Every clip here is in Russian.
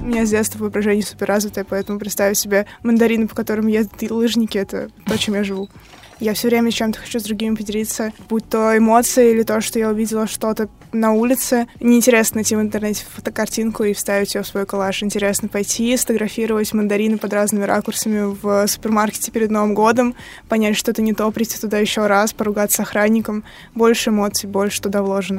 у меня с детства воображение супер развитое, поэтому представить себе мандарины, по которым ездят и лыжники, это то, чем я живу. Я все время чем-то хочу с другими поделиться, будь то эмоции или то, что я увидела что-то на улице. Неинтересно найти в интернете фотокартинку и вставить ее в свой коллаж. Интересно пойти, сфотографировать мандарины под разными ракурсами в супермаркете перед Новым годом, понять, что это не то, прийти туда еще раз, поругаться с охранником. Больше эмоций, больше туда вложено.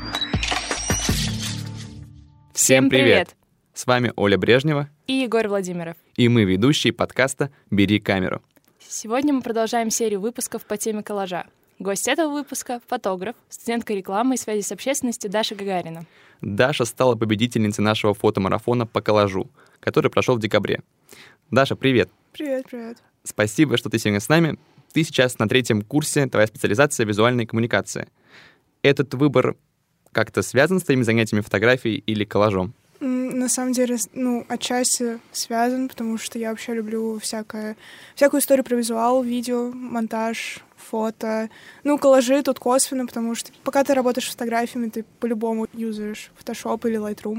Всем привет! С вами Оля Брежнева и Егор Владимиров. И мы ведущие подкаста «Бери камеру». Сегодня мы продолжаем серию выпусков по теме коллажа. Гость этого выпуска — фотограф, студентка рекламы и связи с общественностью Даша Гагарина. Даша стала победительницей нашего фотомарафона по коллажу, который прошел в декабре. Даша, привет! Привет. Спасибо, что ты сегодня с нами. Ты сейчас на 3-м курсе, твоя специализация — визуальная коммуникация. Этот выбор как-то связан с твоими занятиями фотографией или коллажом? На самом деле, отчасти связан, потому что я вообще люблю всякую историю про визуал, видео, монтаж, фото. Коллажи тут косвенно, потому что пока ты работаешь с фотографиями, ты по-любому юзаешь Photoshop или Lightroom.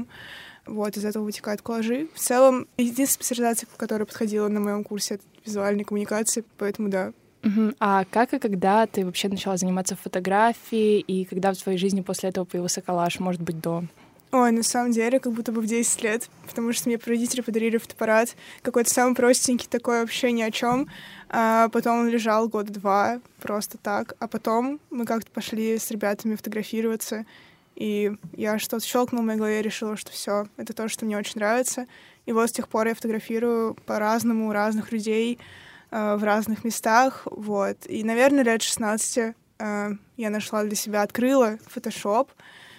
Из этого вытекают коллажи. В целом, единственная специализация, которая подходила на моем курсе, это визуальная коммуникация, поэтому да. А как и когда ты вообще начала заниматься фотографией, и когда в твоей жизни после этого появился коллаж, может быть, до? На самом деле, как будто бы в 10 лет, потому что мне родители подарили фотоаппарат, какой-то самый простенький, такой вообще ни о чем. А потом он лежал 2 года просто так. А потом мы как-то пошли с ребятами фотографироваться, и я что-то щелкнула в моей голове, решила, что все, это то, что мне очень нравится. И с тех пор я фотографирую по-разному, разных людей, в разных местах. И, наверное, лет 16 я нашла для себя, открыла Photoshop,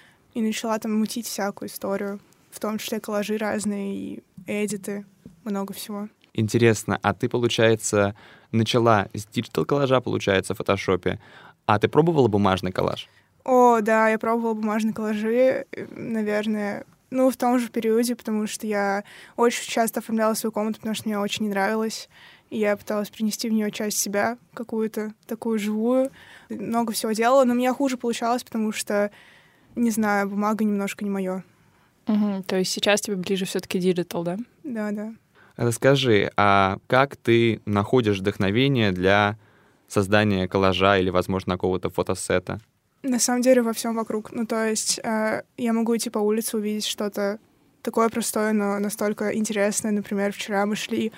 и начала там мутить всякую историю, в том числе коллажи разные и эдиты, много всего. Интересно, а ты, получается, начала с диджитал-коллажа, получается, в фотошопе, а ты пробовала бумажный коллаж? Да, я пробовала бумажные коллажи, наверное, в том же периоде, потому что я очень часто оформляла свою комнату, потому что мне очень не нравилось, и я пыталась принести в нее часть себя, какую-то такую живую. Много всего делала, но у меня хуже получалось, потому что не знаю, бумага немножко не моё. То есть сейчас тебе ближе все-таки диджитал, да? Да. Расскажи, а как ты находишь вдохновение для создания коллажа или, возможно, какого-то фотосета? На самом деле во всем вокруг. Я могу идти по улице, увидеть что-то такое простое, но настолько интересное. Например, вчера мы шли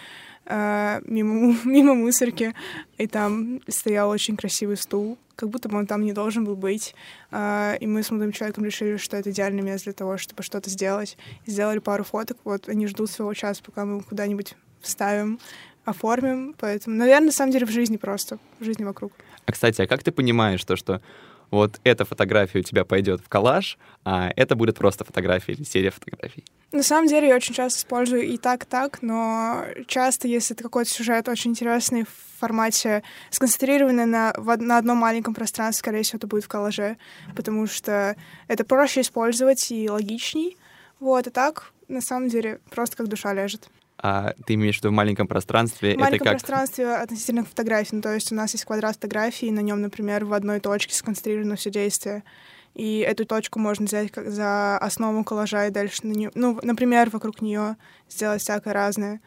мимо мусорки, и там стоял очень красивый стул, как будто бы он там не должен был быть. И мы с молодым человеком решили, что это идеальное место для того, чтобы что-то сделать. Сделали пару фоток. Они ждут своего часа, пока мы их куда-нибудь вставим, оформим. Поэтому, наверное, на самом деле в жизни вокруг. А, кстати, как ты понимаешь что эта фотография у тебя пойдет в коллаж, а это будет просто фотография или серия фотографий? На самом деле я очень часто использую и так, но часто, если это какой-то сюжет очень интересный в формате, сконцентрированный на одном маленьком пространстве, скорее всего, это будет в коллаже, потому что это проще использовать и логичней. А так, на самом деле, просто как душа лежит. А ты имеешь в виду в маленьком пространстве? В маленьком пространстве относительно фотографий. То есть у нас есть квадрат фотографий, и на нем, например, в одной точке сконцентрировано все действие. И эту точку можно взять как за основу коллажа и дальше на нее, например, вокруг нее сделать всякое разное.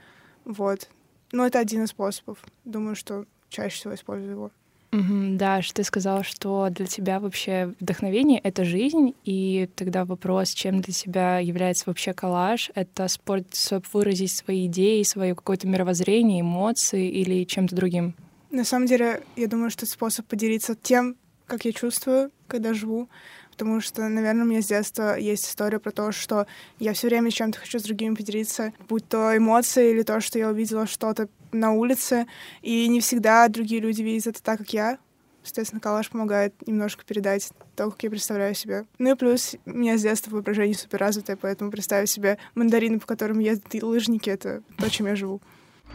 Это один из способов. Думаю, что чаще всего использую его. Даш, ты сказала, что для тебя вообще вдохновение — это жизнь, и тогда вопрос, чем для тебя является вообще коллаж? Это способ выразить свои идеи, свое какое-то мировоззрение, эмоции или чем-то другим? На самом деле, я думаю, что это способ поделиться тем, как я чувствую, когда живу, потому что, наверное, у меня с детства есть история про то, что я все время чем-то хочу с другими поделиться, будь то эмоции или то, что я увидела что-то на улице, и не всегда другие люди видят это так, как я. Соответственно, коллаж помогает немножко передать то, как я представляю себе. И плюс у меня с детства воображение супер развитое, поэтому представить себе мандарины, по которым ездят и лыжники — это то, чем я живу.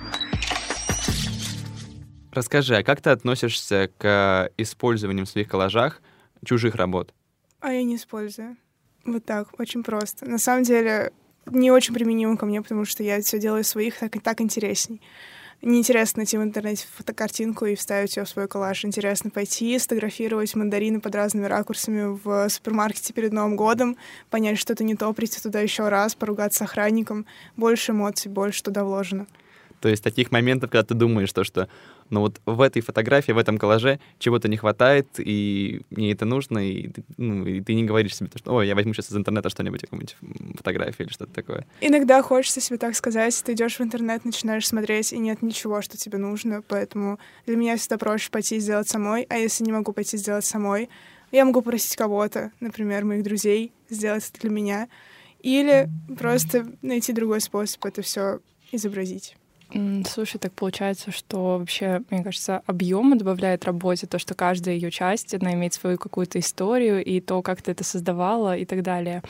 Расскажи, а как ты относишься к использованию в своих коллажах чужих работ? А я не использую. Так, очень просто. На самом деле, не очень применимо ко мне, потому что я все делаю своих, так интересней. Неинтересно найти в интернете фотокартинку и вставить ее в свой коллаж. Интересно пойти, сфотографировать мандарины под разными ракурсами в супермаркете перед Новым годом, понять, что это не то, прийти туда еще раз, поругаться с охранником. Больше эмоций, больше туда вложено. То есть таких моментов, когда ты думаешь, что ну вот в этой фотографии, в этом коллаже чего-то не хватает, и мне это нужно, и ты не говоришь себе, что ой, я возьму сейчас из интернета что-нибудь, какую-нибудь фотографию или что-то такое. Иногда хочется себе так сказать, ты идешь в интернет, начинаешь смотреть, и нет ничего, что тебе нужно, поэтому для меня всегда проще пойти и сделать самой, а если не могу пойти сделать самой, я могу попросить кого-то, например, моих друзей, сделать это для меня, или просто найти другой способ это все изобразить. Слушай, так получается, что вообще, мне кажется, объема добавляет работе то, что каждая ее часть, она имеет свою какую-то историю и то, как ты это создавала и так далее.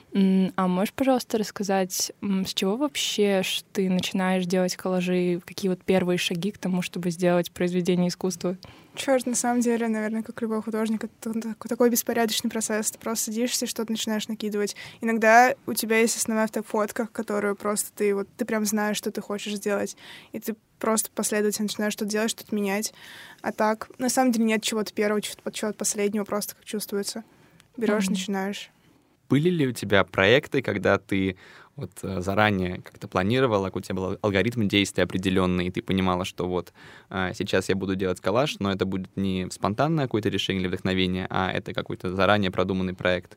А можешь, пожалуйста, рассказать, с чего вообще ты начинаешь делать коллажи, какие вот первые шаги к тому, чтобы сделать произведение искусства? Чёрт, на самом деле, наверное, как любой художник, это такой беспорядочный процесс. Ты просто садишься и что-то начинаешь накидывать. Иногда у тебя есть основная фотка, которую просто ты прям знаешь, что ты хочешь сделать, и ты просто последовательно начинаешь что-то делать, что-то менять. А так, на самом деле, нет чего-то первого, чего-то последнего, просто как чувствуется. Берешь, начинаешь. Были ли у тебя проекты, когда ты вот заранее как-то планировала, у тебя был алгоритм действий определенный, и ты понимала, что вот сейчас я буду делать коллаж, но это будет не спонтанное какое-то решение или вдохновение, а это какой-то заранее продуманный проект?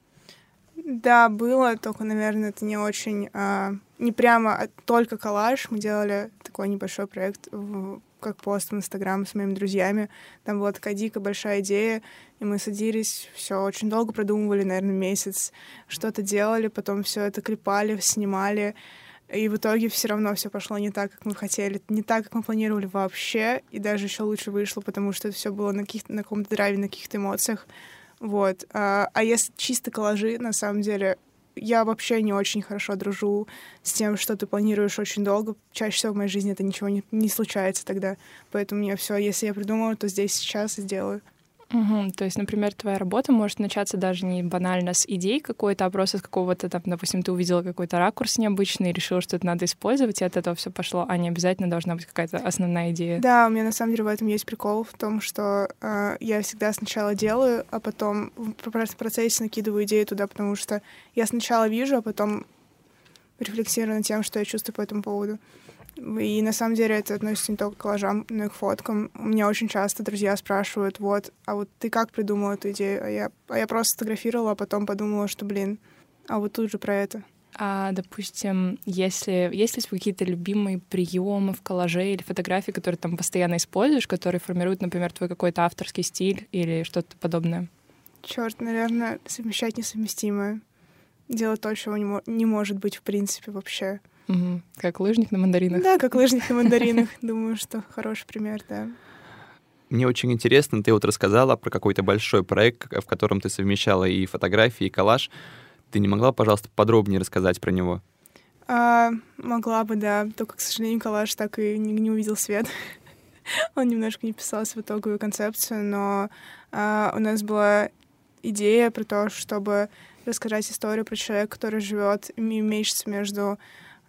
Да, было, только, наверное, это не очень... не прямо только коллаж. Мы делали такой небольшой проект, как пост в Инстаграм с моими друзьями. Там была такая дикая большая идея, и мы садились, все очень долго продумывали, наверное, месяц. Что-то делали, потом все это клепали, снимали. И в итоге все равно все пошло не так, как мы хотели, не так, как мы планировали вообще, и даже еще лучше вышло, потому что это все было на каком-то драйве, на каких-то эмоциях. Вот. А если чисто коллажи, на самом деле, я вообще не очень хорошо дружу с тем, что ты планируешь очень долго. Чаще всего в моей жизни это ничего не случается тогда. Поэтому мне все, если я придумала, то здесь сейчас и сделаю. Угу. То есть, например, твоя работа может начаться даже не банально с идей какой-то, а просто с какого-то там, допустим, ты увидела какой-то ракурс необычный, решила, что это надо использовать, и от этого все пошло, а не обязательно должна быть какая-то основная идея. Да, у меня на самом деле в этом есть прикол, в том, что я всегда сначала делаю, а потом в процессе накидываю идею туда, потому что я сначала вижу, а потом рефлексирую над тем, что я чувствую по этому поводу. И на самом деле это относится не только к коллажам, но и к фоткам. У меня очень часто друзья спрашивают, вот, а вот ты как придумала эту идею? А я просто сфотографировала, а потом подумала, что, а вот тут же про это. А, допустим, есть ли какие-то любимые приемы в коллаже или фотографии, которые там постоянно используешь, которые формируют, например, твой какой-то авторский стиль или что-то подобное? Чёрт, наверное, совмещать несовместимое. Делать то, чего не может быть в принципе вообще. Угу. Как лыжник на мандаринах. Да, как лыжник на мандаринах. Думаю, что хороший пример, да. Мне очень интересно, ты вот рассказала про какой-то большой проект, в котором ты совмещала и фотографии, и коллаж. Ты не могла, пожалуйста, подробнее рассказать про него? Могла бы, да. Только, к сожалению, коллаж так и не увидел свет. Он немножко не вписался в итоговую концепцию, но у нас была идея про то, чтобы рассказать историю про человека, который живет и мечется между...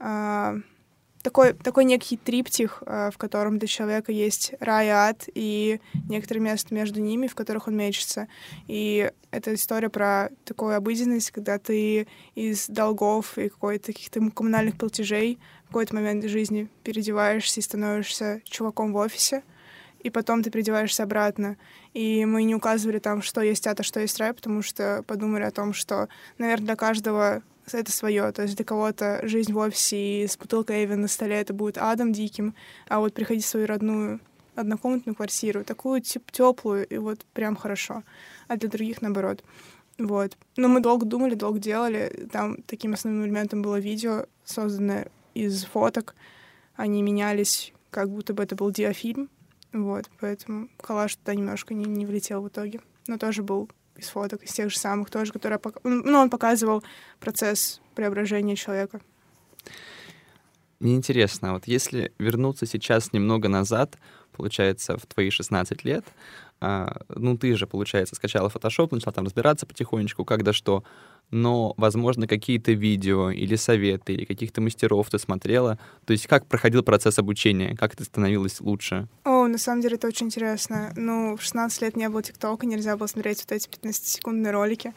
Такой некий триптих, в котором для человека есть рай и ад, и некоторые места между ними, в которых он мечется. И это история про такую обыденность, когда ты из долгов и каких-то коммунальных платежей в какой-то момент жизни переодеваешься и становишься чуваком в офисе, и потом ты переодеваешься обратно. И мы не указывали там, что есть ад, а что есть рай, потому что подумали о том, что, наверное, для каждого это свое. То есть для кого-то жизнь в офисе и с бутылкой Эйвен на столе это будет адом диким, а вот приходить в свою родную однокомнатную квартиру, такую теплую и вот прям хорошо. А для других наоборот. Вот. Но мы долго думали, долго делали. Там таким основным элементом было видео, созданное из фоток. Они менялись, как будто бы это был диафильм. Вот. Поэтому коллаж туда немножко не влетел в итоге. Но тоже был из фоток, из тех же самых тоже, которые... он показывал процесс преображения человека. Мне интересно, вот если вернуться сейчас немного назад, получается, в твои 16 лет, ну, ты же, получается, скачала Photoshop, начала там разбираться потихонечку, как да что, но, возможно, какие-то видео или советы, или каких-то мастеров ты смотрела, то есть как проходил процесс обучения, как ты становилась лучше? На самом деле это очень интересно. Ну, в 16 лет не было ТикТока, нельзя было смотреть вот эти 15-секундные ролики,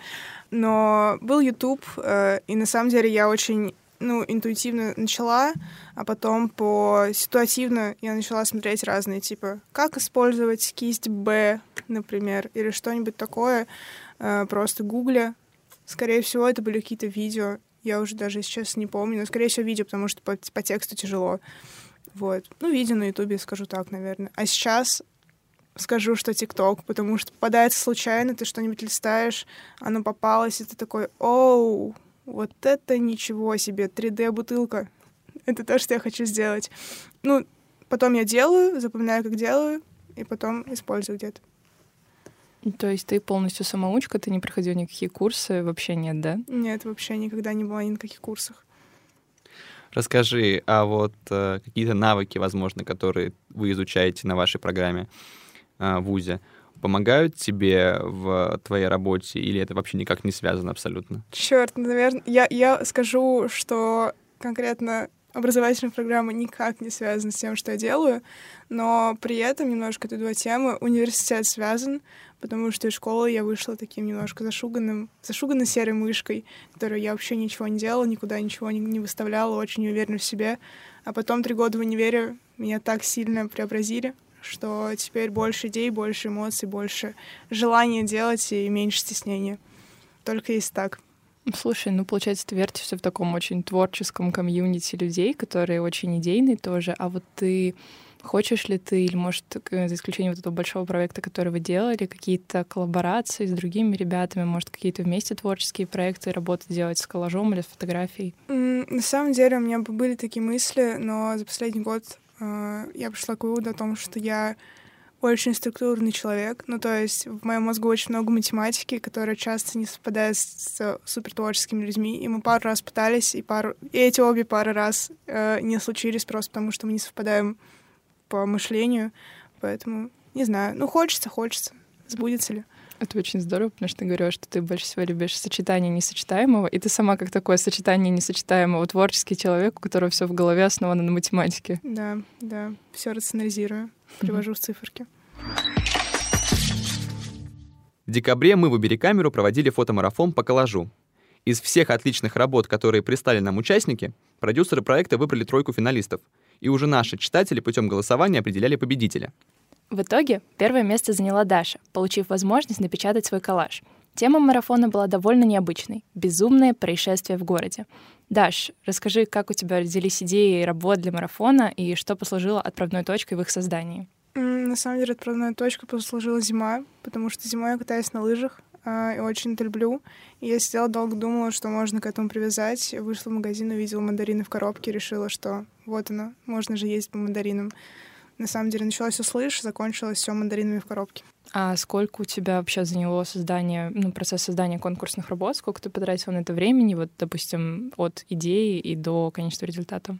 но был YouTube, и на самом деле я очень интуитивно начала, а потом ситуативно я начала смотреть разные, типа, как использовать кисть Б, например, или что-нибудь такое, просто гугля. Скорее всего, это были какие-то видео, я уже даже сейчас не помню, но, скорее всего, видео, потому что по тексту тяжело. Вот. Видео на Ютубе, скажу так, наверное. А сейчас скажу, что ТикТок, потому что попадается случайно, ты что-нибудь листаешь, оно попалось, и ты такой, оу, вот это ничего себе, 3D-бутылка. Это то, что я хочу сделать. Потом я делаю, запоминаю, как делаю, и потом использую где-то. То есть ты полностью самоучка, ты не проходил никакие курсы, вообще нет, да? Нет, вообще никогда не была ни на каких курсах. Расскажи, а вот какие-то навыки, возможно, которые вы изучаете на вашей программе в ВУЗе, помогают тебе в твоей работе, или это вообще никак не связано абсолютно? Черт, наверное, я скажу, что конкретно образовательная программа никак не связана с тем, что я делаю, но при этом немножко отойду от темы. Университет связан, потому что из школы я вышла таким немножко зашуганной серой мышкой, которой я вообще ничего не делала, никуда ничего не выставляла, очень неуверена в себе. А потом 3 года в универе меня так сильно преобразили, что теперь больше идей, больше эмоций, больше желания делать и меньше стеснения. Только если так. Слушай, получается, ты вертишься в таком очень творческом комьюнити людей, которые очень идейные тоже, а вот хочешь ли ты, или, может, за исключением вот этого большого проекта, который вы делали, какие-то коллаборации с другими ребятами, может, какие-то вместе творческие проекты, работы делать с коллажом или с фотографией? На самом деле у меня были такие мысли, но за последний год я пришла к выводу о том, что я очень структурный человек. То есть в моем мозгу очень много математики, которая часто не совпадает с супертворческими людьми. И мы пару раз пытались, и эти обе пары раз не случились просто потому, что мы не совпадаем по мышлению. Поэтому, не знаю. Хочется. Сбудется ли? Это очень здорово, потому что ты говорила, что ты больше всего любишь сочетание несочетаемого, и ты сама как такое сочетание несочетаемого, творческий человек, у которого все в голове основано на математике. Да, все рационализирую, привожу в циферки. В декабре мы в Убери-камеру проводили фотомарафон по коллажу. Из всех отличных работ, которые прислали нам участники, продюсеры проекта выбрали 3 финалистов, и уже наши читатели путем голосования определяли победителя. В итоге 1 место заняла Даша, получив возможность напечатать свой коллаж. Тема марафона была довольно необычной — безумное происшествие в городе. Даш, расскажи, как у тебя родились идеи работ для марафона и что послужило отправной точкой в их создании? На самом деле отправной точкой послужила зима, потому что зимой я катаюсь на лыжах и очень это люблю. И я сидела долго, думала, что можно к этому привязать. Вышла в магазин, увидела мандарины в коробке, решила, что вот оно, можно же ездить по мандаринам. На самом деле началось все с лыж, закончилось все мандаринами в коробке. А сколько у тебя вообще заняло процесс создания конкурсных работ? Сколько ты потратила на это времени, допустим, от идеи и до конечного результата?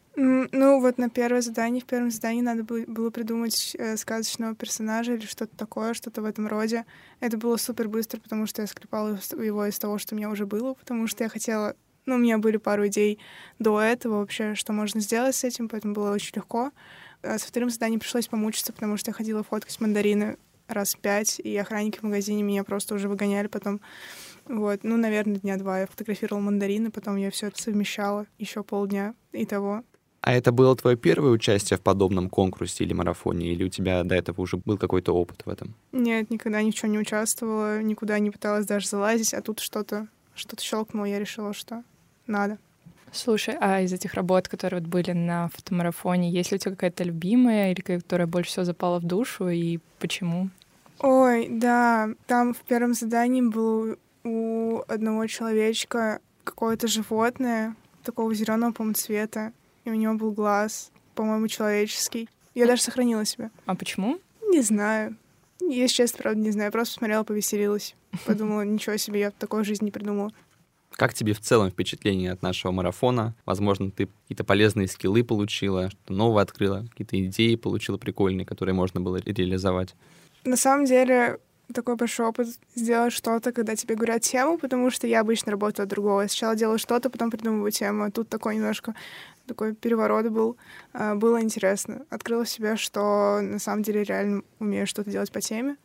На первом задании надо было придумать сказочного персонажа или что-то такое, что-то в этом роде. Это было супер быстро, потому что я склепала его из того, что у меня уже было, потому что я хотела... у меня были пару идей до этого вообще, что можно сделать с этим, поэтому было очень легко. Со вторым заданием пришлось помучиться, потому что я ходила фоткать мандарины раз 5, и охранники в магазине меня просто уже выгоняли потом. Наверное, 2 дня я фотографировала мандарины, потом я все это совмещала еще полдня и того. А это было твое первое участие в подобном конкурсе или марафоне, или у тебя до этого уже был какой-то опыт в этом? Нет, никогда ни в чем не участвовала, никуда не пыталась даже залазить, а тут что-то щелкнуло, я решила, что надо. Слушай, а из этих работ, которые были на фотомарафоне, есть ли у тебя какая-то любимая или которая больше всего запала в душу, и почему? Ой, да, там в первом задании было у одного человечка какое-то животное такого зеленого, по-моему, цвета, и у него был глаз, по-моему, человеческий. Я даже сохранила себе. А почему? Не знаю. Если честно, правда, не знаю. Просто посмотрела, повеселилась. Подумала, ничего себе, я такой жизни не придумала. Как тебе в целом впечатление от нашего марафона? Возможно, ты какие-то полезные скиллы получила, что-то новое открыла, какие-то идеи получила прикольные, которые можно было реализовать? На самом деле, такой большой опыт сделать что-то, когда тебе говорят тему, потому что я обычно работаю от другого. Я сначала делаю что-то, потом придумываю тему. А тут такой немножко такой переворот был. Было интересно. Открыла в себе, что на самом деле реально умею что-то делать по теме.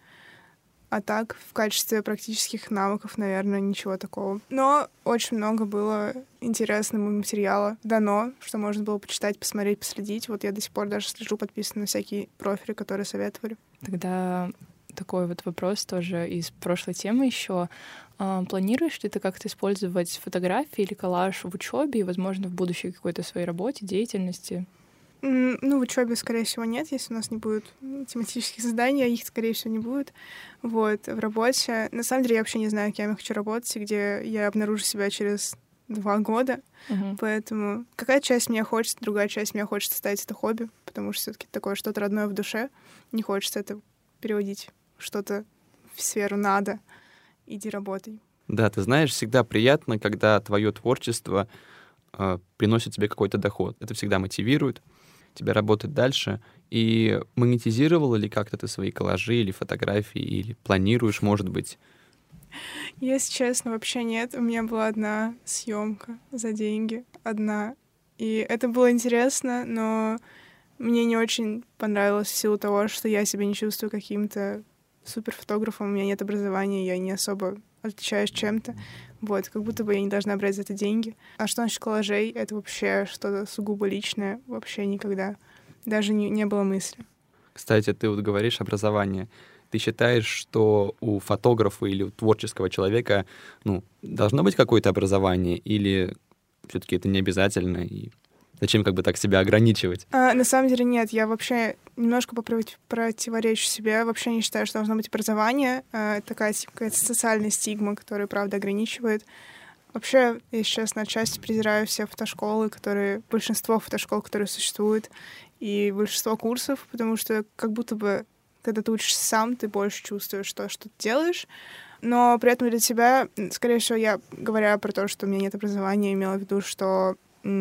А так, в качестве практических навыков, наверное, ничего такого. Но очень много было интересного материала дано, что можно было почитать, посмотреть, последить. Вот я до сих пор даже слежу, подписана на всякие профили, которые советовали. Тогда такой вот вопрос тоже из прошлой темы еще. Планируешь ли ты как-то использовать фотографии или коллаж в учебе и, возможно, в будущей какой-то своей работе, деятельности? Ну, в учебе, скорее всего, нет, если у нас не будет тематических заданий, а их, скорее всего, не будет. Вот, в работе... На самом деле, я вообще не знаю, кем я хочу работать, и где я обнаружу себя через 2 года. Поэтому какая часть меня хочет, другая часть меня хочет стать это хобби, потому что все-таки такое что-то родное в душе. Не хочется это переводить что-то в сферу «надо». Иди работай. Да, ты знаешь, всегда приятно, когда твое творчество приносит тебе какой-то доход. Это всегда мотивирует тебя работать дальше. И монетизировала ли как-то ты свои коллажи или фотографии, или планируешь, может быть? Если честно, вообще нет. У меня была одна съемка за деньги. Одна. И это было интересно, но мне не очень понравилось в силу того, что я себя не чувствую каким-то суперфотографом. У меня нет образования, я не особо отличаюсь чем-то. Вот, как будто бы я не должна брать за это деньги. А что насчет коллажей? Это вообще что-то сугубо личное. Вообще никогда. Даже не было мысли. Кстати, ты вот говоришь образование. Ты считаешь, что у фотографа или у творческого человека, должно быть какое-то образование, или все-таки это не обязательно, и зачем как бы так себя ограничивать? На самом деле нет, я вообще немножко противоречу себе. Вообще не считаю, что должно быть образование. Такая какая-то социальная стигма, которая, правда, ограничивает. Вообще, я сейчас на отчасти презираю все фотошколы, большинство фотошкол, которые существуют, и большинство курсов, потому что как будто бы, когда ты учишься сам, ты больше чувствуешь то, что ты делаешь. Но при этом для тебя, скорее всего, я, говоря про то, что у меня нет образования, имела в виду, что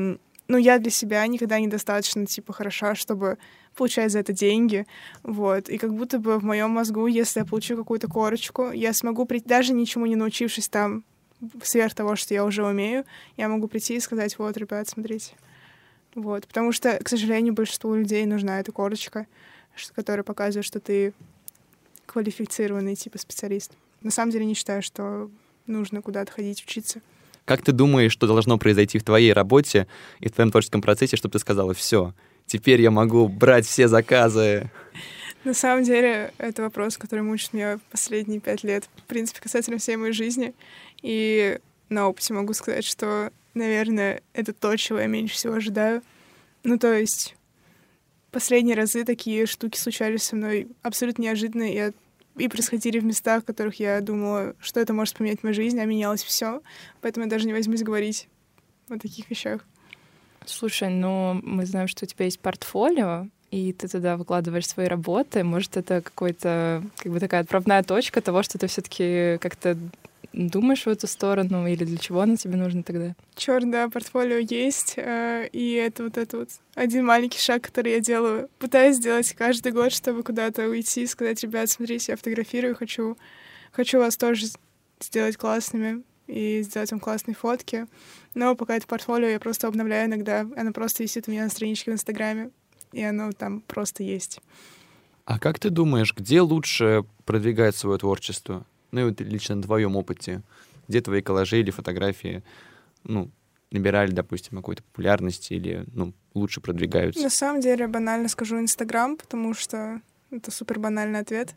я для себя никогда недостаточно, хороша, чтобы получать за это деньги, вот. И как будто бы в моем мозгу, если я получу какую-то корочку, я смогу прийти, даже ничему не научившись там, сверх того, что я уже умею, я могу прийти и сказать: вот, ребят, смотрите. Вот. Потому что, к сожалению, большинству людей нужна эта корочка, которая показывает, что ты квалифицированный специалист. На самом деле не считаю, что нужно куда-то ходить учиться. Как ты думаешь, что должно произойти в твоей работе и в твоем творческом процессе, чтобы ты сказала: все, теперь я могу брать все заказы? На самом деле, это вопрос, который мучит меня последние 5 лет. В принципе, касательно всей моей жизни. И на опыте могу сказать, что, наверное, это то, чего я меньше всего ожидаю. То есть последние разы такие штуки случались со мной абсолютно неожиданно и происходили в местах, в которых я думала, что это может поменять мою жизнь, а менялось все. Поэтому я даже не возьмусь говорить о таких вещах. Слушай, мы знаем, что у тебя есть портфолио, и ты туда выкладываешь свои работы. Может, это какой-то, такая отправная точка того, что ты все-таки как-то думаешь в эту сторону, или для чего она тебе нужна тогда? Чёрт, да, портфолио есть, и это вот один маленький шаг, который я делаю. Пытаюсь сделать каждый год, чтобы куда-то уйти и сказать: ребят, смотрите, я фотографирую, хочу вас тоже сделать классными и сделать вам классные фотки. Но пока это портфолио я просто обновляю иногда. Оно просто висит у меня на страничке в Инстаграме, и оно там просто есть. А как ты думаешь, где лучше продвигать свое творчество? Вот лично на твоем опыте. Где твои коллажи или фотографии, набирали, допустим, какой-то популярности или, лучше продвигаются? На самом деле, банально скажу Инстаграм, потому что это супер банальный ответ.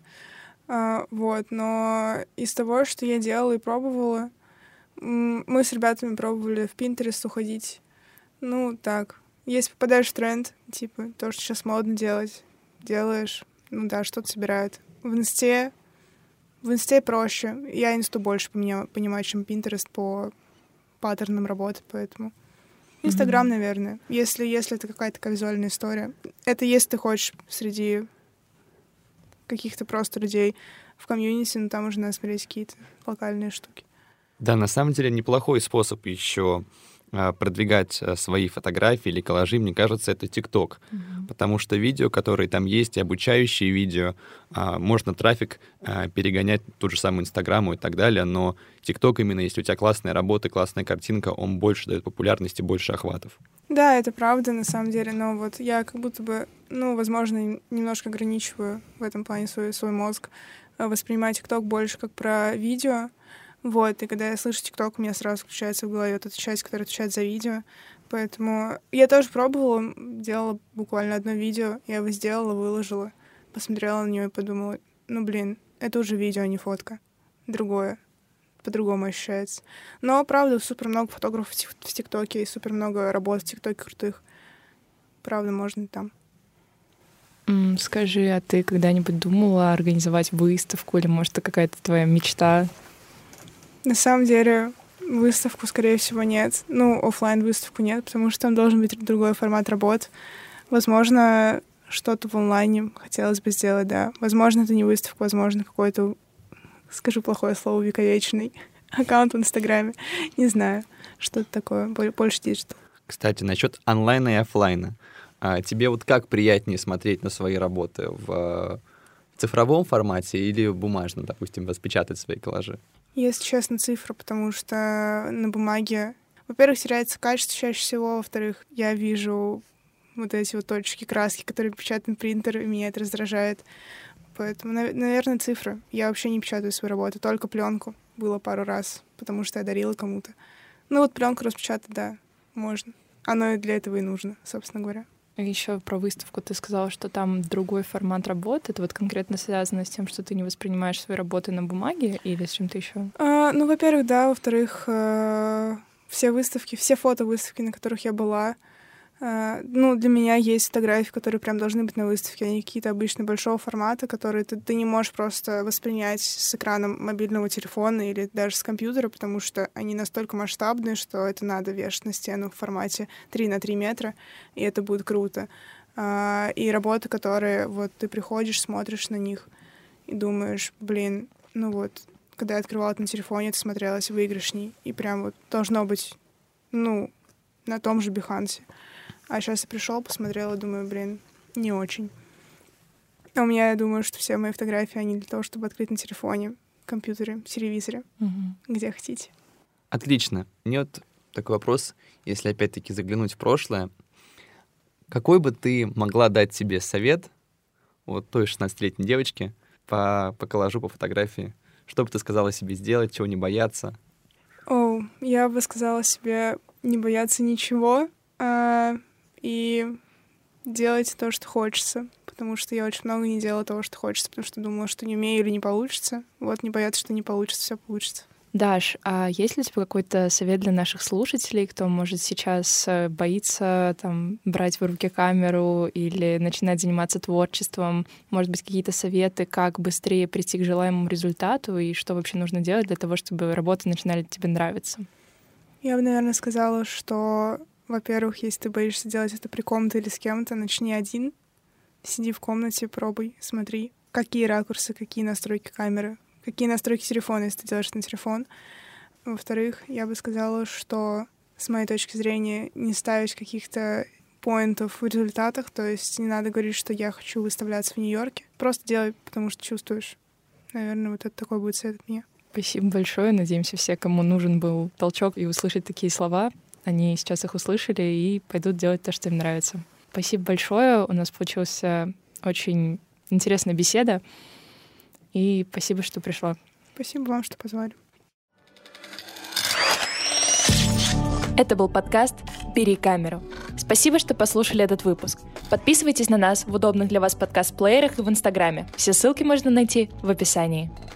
Но из того, что я делала и пробовала, мы с ребятами пробовали в Pinterest уходить. Так. Если попадаешь в тренд, то, что сейчас модно делать, делаешь, что-то собирают. В Инсте проще. Я Инсту больше понимаю, чем Pinterest по паттернам работы, поэтому Инстаграм, наверное, если это какая-то такая визуальная история. Это если ты хочешь среди каких-то просто людей в комьюнити, но там уже надо смотреть какие-то локальные штуки. Да, на самом деле неплохой способ еще продвигать свои фотографии или коллажи, мне кажется, это ТикТок. Потому что видео, которые там есть, и обучающие видео, можно трафик перегонять ту же самую Инстаграму и так далее, но ТикТок именно, если у тебя классная работа, классная картинка, он больше дает популярности, больше охватов. Да, это правда, на самом деле, но вот я как будто бы, возможно, немножко ограничиваю в этом плане свой мозг, воспринимать ТикТок больше как про видео. Вот, и когда я слышу ТикТок, у меня сразу включается в голове вот эта часть, которая отвечает за видео. Поэтому я тоже пробовала, делала буквально одно видео, я его сделала, выложила, посмотрела на него и подумала, это уже видео, а не фотка. Другое. По-другому ощущается. Но, правда, супер много фотографов в ТикТоке и супер много работ в ТикТоке крутых. Правда, можно и там. Скажи, а ты когда-нибудь думала организовать выставку или, может, это какая-то твоя мечта? На самом деле, выставку, скорее всего, нет. Офлайн выставку нет, потому что там должен быть другой формат работ. Возможно, что-то в онлайне хотелось бы сделать, да. Возможно, это не выставка, возможно, какой-то, скажу плохое слово, вековечный аккаунт в Инстаграме. Не знаю, что-то такое, больше диджитал. Кстати, насчет онлайна и офлайна. Тебе вот как приятнее смотреть на свои работы? В цифровом формате или в бумажном, допустим, распечатать свои коллажи? Если честно, цифра, потому что на бумаге, во-первых, теряется качество чаще всего, во-вторых, я вижу вот эти вот точки краски, которые печатает принтер, и меня это раздражает. Поэтому, наверное, цифра. Я вообще не печатаю свою работу, только пленку. Было пару раз, потому что я дарила кому-то. Пленку распечатать, да, можно. Оно и для этого и нужно, собственно говоря. Еще про выставку ты сказала, что там другой формат работы. Это вот конкретно связано с тем, что ты не воспринимаешь свои работы на бумаге или с чем-то еще? Во-первых, да. Во-вторых, все фотовыставки, на которых я была, для меня есть фотографии, которые прям должны быть на выставке. Они какие-то обычно большого формата, которые ты не можешь просто воспринять с экраном мобильного телефона или даже с компьютера, потому что они настолько масштабные, что это надо вешать на стену в формате 3 на 3 метра, и это будет круто. И работы, которые ты приходишь, смотришь на них и думаешь, когда я открывала это на телефоне, это смотрелось выигрышней. И прям должно быть, на том же Behance. А сейчас я пришел, посмотрела, думаю, не очень. А у меня, я думаю, что все мои фотографии, они для того, чтобы открыть на телефоне, компьютере, телевизоре, где хотите. Отлично. Мне вот такой вопрос, если опять-таки заглянуть в прошлое. Какой бы ты могла дать себе совет той 16-летней девочке по коллажу, по фотографии? Что бы ты сказала себе сделать, чего не бояться? Я бы сказала себе не бояться ничего, и делать то, что хочется, потому что я очень много не делала того, что хочется, потому что думала, что не умею или не получится. Не бояться, что не получится, все получится. Даш, а есть ли у тебя какой-то совет для наших слушателей, кто, может, сейчас боится брать в руки камеру или начинать заниматься творчеством? Может быть, какие-то советы, как быстрее прийти к желаемому результату и что вообще нужно делать для того, чтобы работы начинали тебе нравиться? Я бы, наверное, сказала, что, во-первых, если ты боишься делать это при ком-то или с кем-то, начни один, сиди в комнате, пробуй, смотри, какие ракурсы, какие настройки камеры, какие настройки телефона, если ты делаешь это на телефон. Во-вторых, я бы сказала, что, с моей точки зрения, не ставить каких-то поинтов в результатах, то есть не надо говорить, что я хочу выставляться в Нью-Йорке. Просто делай, потому что чувствуешь. Наверное, это такой будет совет от меня. Спасибо большое. Надеемся, все, кому нужен был толчок и услышать такие слова, они сейчас их услышали и пойдут делать то, что им нравится. Спасибо большое. У нас получилась очень интересная беседа. И спасибо, что пришла. Спасибо вам, что позвали. Это был подкаст «Бери камеру». Спасибо, что послушали этот выпуск. Подписывайтесь на нас в удобных для вас подкаст-плеерах и в Инстаграме. Все ссылки можно найти в описании.